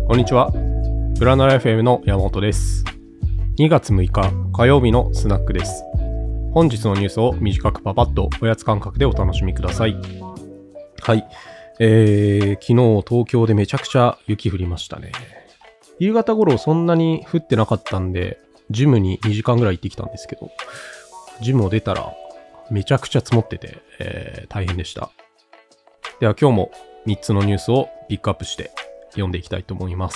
こんにちは。プラナラ FM の山本です。2月6日火曜日のスナックです。本日のニュースを短くパパッとおやつ感覚でお楽しみください。はい。昨日東京でめちゃくちゃ雪降りましたね。夕方頃そんなに降ってなかったんで、ジムに2時間ぐらい行ってきたんですけど、ジムを出たらめちゃくちゃ積もってて、大変でした。では今日も3つのニュースをピックアップして読んでいきたいと思います。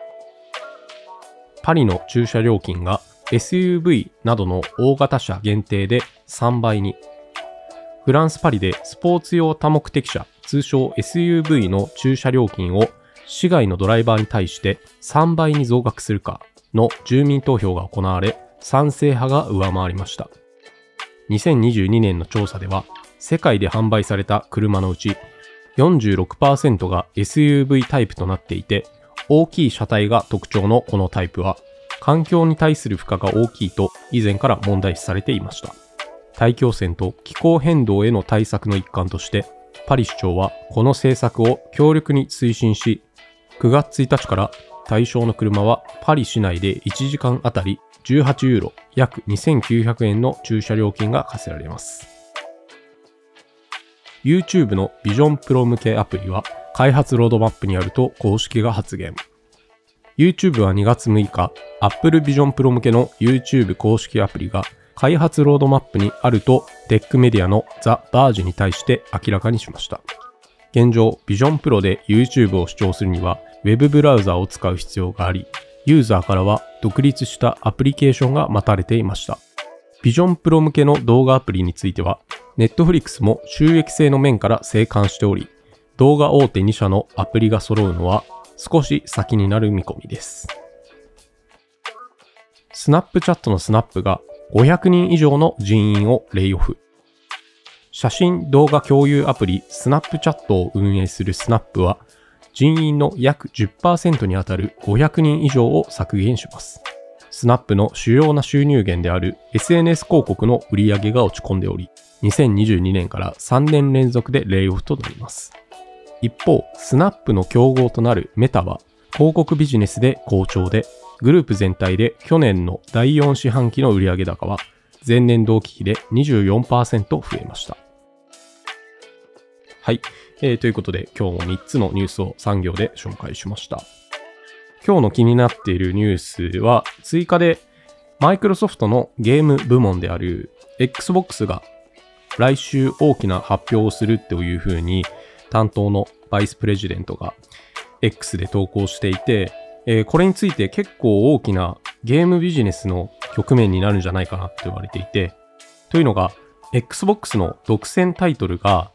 パリの駐車料金が SUV などの大型車限定で3倍に。フランスパリでスポーツ用多目的車、通称 SUV の駐車料金を市外のドライバーに対して3倍に増額するかの住民投票が行われ、賛成派が上回りました。2022年の調査では、世界で販売された車のうち 46% が SUV タイプとなっていて、大きい車体が特徴のこのタイプは、環境に対する負荷が大きいと以前から問題視されていました。大気汚染と気候変動への対策の一環として、パリ市長はこの政策を強力に推進し、9月1日から対象の車はパリ市内で1時間あたり18ユーロ、約2900円の駐車料金が課せられます。YouTube のビジョンプロ向けアプリは開発ロードマップにあると公式が発言。YouTube は2月6日、Apple Vision Pro 向けの YouTube 公式アプリが開発ロードマップにあるとテックメディアのザ・バージに対して明らかにしました。現状、Vision Pro で YouTube を視聴するには Web ブラウザを使う必要があり、ユーザーからは独立したアプリケーションが待たれていました。Vision Pro 向けの動画アプリについては、Netflix も収益性の面から静観しており、動画大手2社のアプリが揃うのは少し先になる見込みです。スナップチャットのスナップが500人以上の人員をレイオフ。写真動画共有アプリスナップチャットを運営するスナップは、人員の約 10% にあたる500人以上を削減します。スナップの主要な収入源である SNS 広告の売り上げが落ち込んでおり、2022年から3年連続でレイオフとなります。一方、スナップの競合となるメタは、広告ビジネスで好調で、グループ全体で去年の第4四半期の売上高は、前年同期比で 24% 増えました。はい、ということで今日も3つのニュースを3行で紹介しました。今日の気になっているニュースは、追加でマイクロソフトのゲーム部門である Xbox が来週大きな発表をするというふうに担当のバイスプレジデントが X で投稿していて、これについて結構大きなゲームビジネスの局面になるんじゃないかなと言われていて、というのが Xbox の独占タイトルが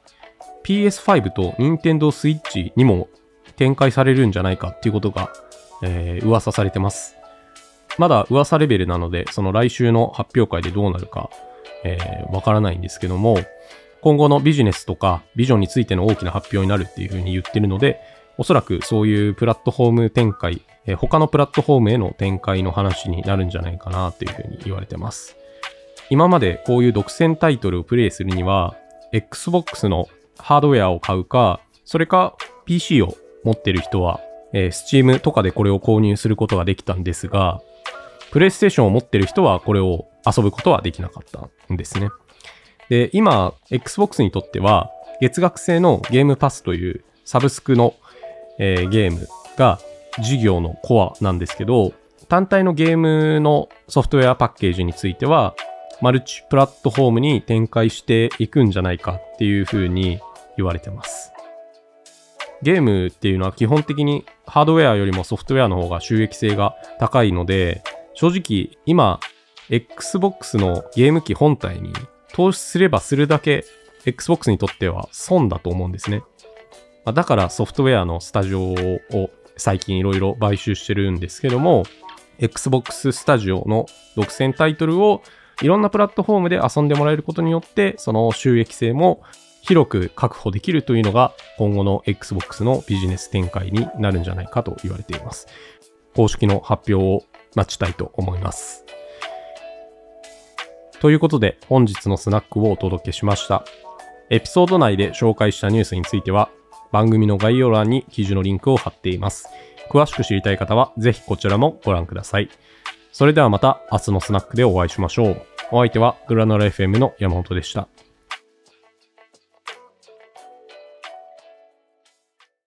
PS5 と Nintendo Switch にも展開されるんじゃないかっていうことが、噂されてます。まだ噂レベルなので、その来週の発表会でどうなるかわからないんですけども、今後のビジネスとかビジョンについての大きな発表になるっていうふうに言ってるので、おそらくそういうプラットフォーム展開、他のプラットフォームへの展開の話になるんじゃないかなというふうに言われてます。今までこういう独占タイトルをプレイするには、Xbox のハードウェアを買うか、それか PC を持ってる人は、Steam とかでこれを購入することができたんですが、プレイステーションを持ってる人はこれを遊ぶことはできなかったんですね。で、今、Xbox にとっては、月額制のゲームパスというサブスクの、ゲームが事業のコアなんですけど、単体のゲームのソフトウェアパッケージについては、マルチプラットフォームに展開していくんじゃないかっていうふうに言われてます。ゲームっていうのは基本的にハードウェアよりもソフトウェアの方が収益性が高いので、正直今、Xbox のゲーム機本体に投資すればするだけ Xbox にとっては損だと思うんですね。だからソフトウェアのスタジオを最近いろいろ買収してるんですけども、Xbox スタジオの独占タイトルをいろんなプラットフォームで遊んでもらえることによって、その収益性も広く確保できるというのが今後の Xbox のビジネス展開になるんじゃないかと言われています。公式の発表を待ちたいと思います。ということで本日のスナックをお届けしました。エピソード内で紹介したニュースについては番組の概要欄に記事のリンクを貼っています。 詳しく知りたい方はぜひこちらもご覧ください。それではまた明日のスナックでお会いしましょう。お相手はグラノラ FM の山本でした。